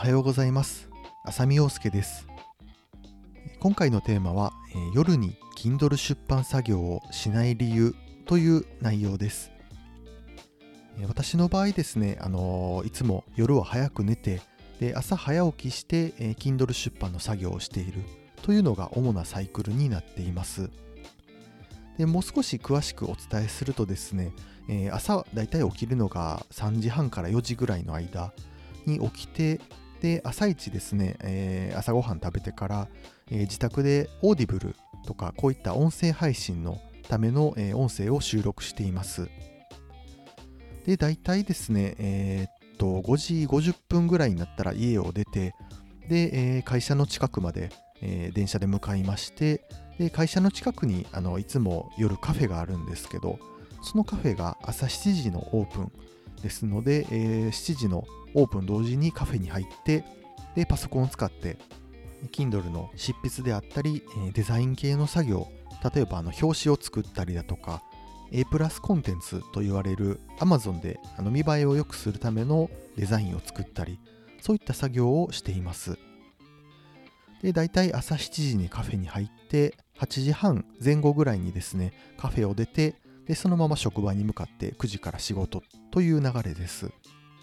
はようございます。浅見陽介です。今回のテーマは、夜に Kindle 出版作業をしない理由という内容です。私の場合ですね、いつも夜は早く寝て、で朝早起きして、Kindle 出版の作業をしているというのが主なサイクルになっています。でもう少し詳しくお伝えするとですね、朝だいたい起きるのが3時半から4時ぐらいの間に起きて、で朝一ですね、朝ごはん食べてから、自宅でオーディブルとかこういった音声配信のための、音声を収録しています。でだいたいですね、5時50分ぐらいになったら家を出て、で、会社の近くまで、電車で向かいまして、で会社の近くにいつも夜カフェがあるんですけど、そのカフェが朝7時のオープンですので、7時のオープン同時にカフェに入って、でパソコンを使って Kindle の執筆であったり、デザイン系の作業、例えば表紙を作ったりだとか A プラスコンテンツと言われる Amazon で見栄えを良くするためのデザインを作ったり、そういった作業をしています。でだいたい朝7時にカフェに入って8時半前後ぐらいにですねカフェを出て、でそのまま職場に向かって9時から仕事という流れです。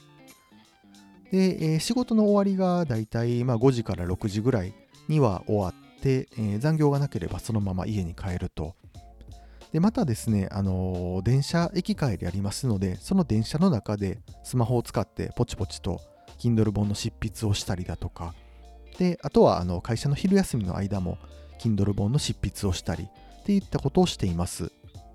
で、仕事の終わりがだいたい5時から6時ぐらいには終わって、残業がなければそのまま家に帰ると。でまたですね、電車駅帰りありますので、その電車の中でスマホを使ってポチポチと Kindle 本の執筆をしたりだとか、であとは会社の昼休みの間も Kindle 本の執筆をしたりっていったことをしています。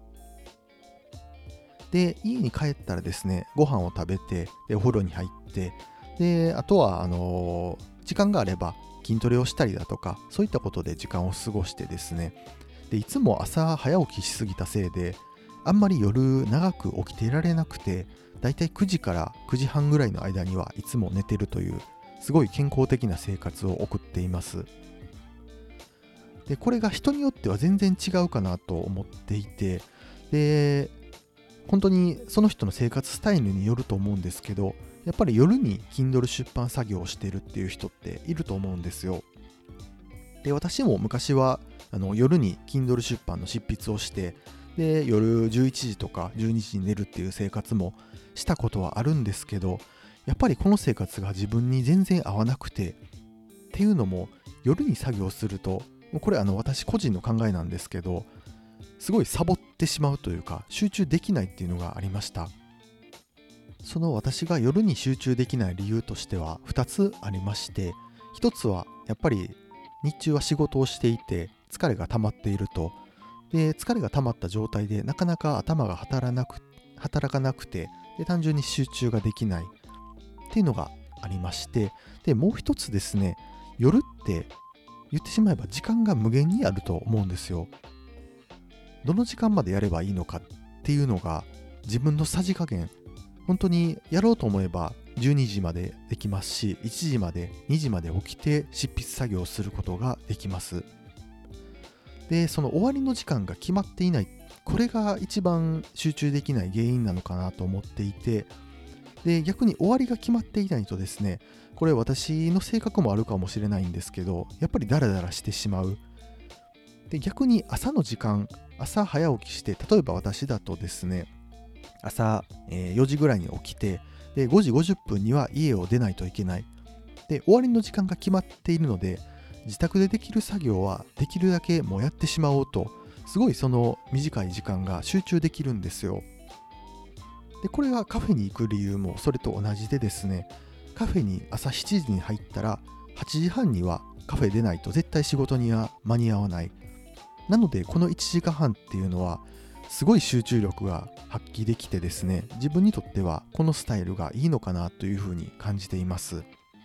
で家に帰ったらですね、ご飯を食べて、でお風呂に入って、であとは時間があれば筋トレをしたりだとか、そういったことで時間を過ごしてですね、でいつも朝早起きしすぎたせいであんまり夜長く起きていられなくて、だいたい9時から9時半ぐらいの間にはいつも寝てるという、すごい健康的な生活を送っています。でこれが人によっては全然違うかなと思っていて、で本当にその人の生活スタイルによると思うんですけど、やっぱり夜に Kindle 出版作業をしているっていう人っていると思うんですよ。で私も昔は夜に Kindle 出版の執筆をして、で夜11時とか12時に寝るっていう生活もしたことはあるんですけど、やっぱりこの生活が自分に全然合わなくて、っていうのも夜に作業すると、これ私個人の考えなんですけど、すごいサボってしまうというか集中できないっていうのがありました。その私が夜に集中できない理由としては2つありまして、1つはやっぱり日中は仕事をしていて疲れが溜まっていると。で疲れが溜まった状態でなかなか頭が働かなくて、で単純に集中ができないっていうのがありまして、でもう一つですね、夜って言ってしまえば時間が無限にあると思うんですよ。どの時間までやればいいのかっていうのが自分のさじ加減、本当にやろうと思えば12時までできますし、1時まで2時まで起きて執筆作業をすることができます。でその終わりの時間が決まっていない、これが一番集中できない原因なのかなと思っていて、で逆に終わりが決まっていないとですね、これ私の性格もあるかもしれないんですけど、やっぱりダラダラしてしまう。で逆に朝の時間、朝早起きして、例えば私だとですね、朝、4時ぐらいに起きて、で5時50分には家を出ないといけない。で終わりの時間が決まっているので、自宅でできる作業はできるだけもうやってしまおうと、すごいその短い時間が集中できるんですよ。でこれがカフェに行く理由もそれと同じでですね、カフェに朝7時に入ったら8時半にはカフェ出ないと絶対仕事には間に合わない。なのでこの1時間半っていうのはすごい集中力が発揮できてですね、自分にとってはこのスタイルがいいのかなというふうに感じています。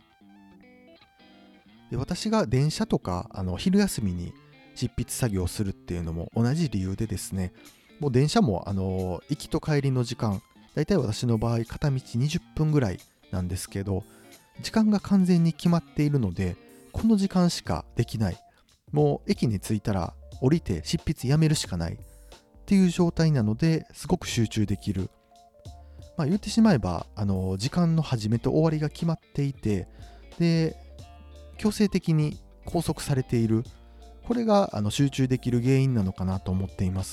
で私が電車とか昼休みに執筆作業をするっていうのも同じ理由でですね、もう電車も行きと帰りの時間、だいたい私の場合片道20分ぐらいなんですけど、時間が完全に決まっているので、この時間しかできない、もう駅に着いたら降りて執筆やめるしかないっていう状態なので、すごく集中できる。言ってしまえば時間の始めと終わりが決まっていて、 で、強制的に拘束されている。これが集中できる原因なのかなと思っています。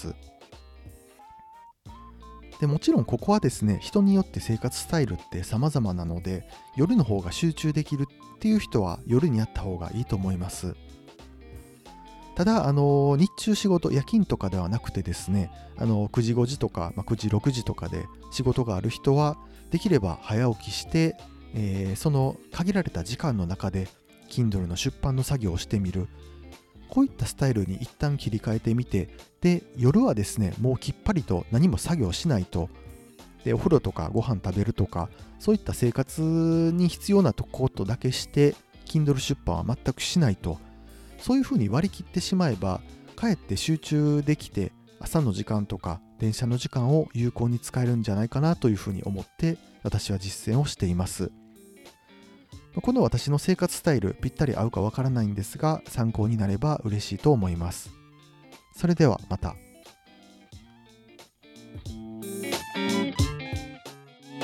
でもちろんここはですね、人によって生活スタイルって様々なので、夜の方が集中できるっていう人は夜にやった方がいいと思います。ただ、日中仕事、夜勤とかではなくてですね、9時5時とか、9時6時とかで仕事がある人は、できれば早起きして、その限られた時間の中で Kindle の出版の作業をしてみる。こういったスタイルに一旦切り替えてみて、で、夜はですね、もうきっぱりと何も作業しないと、で、お風呂とかご飯食べるとか、そういった生活に必要なことだけして、Kindle 出版は全くしないと、そういうふうに割り切ってしまえば、かえって集中できて、朝の時間とか電車の時間を有効に使えるんじゃないかなというふうに思って、私は実践をしています。この私の生活スタイル、ぴったり合うかわからないんですが、参考になれば嬉しいと思います。それではまた。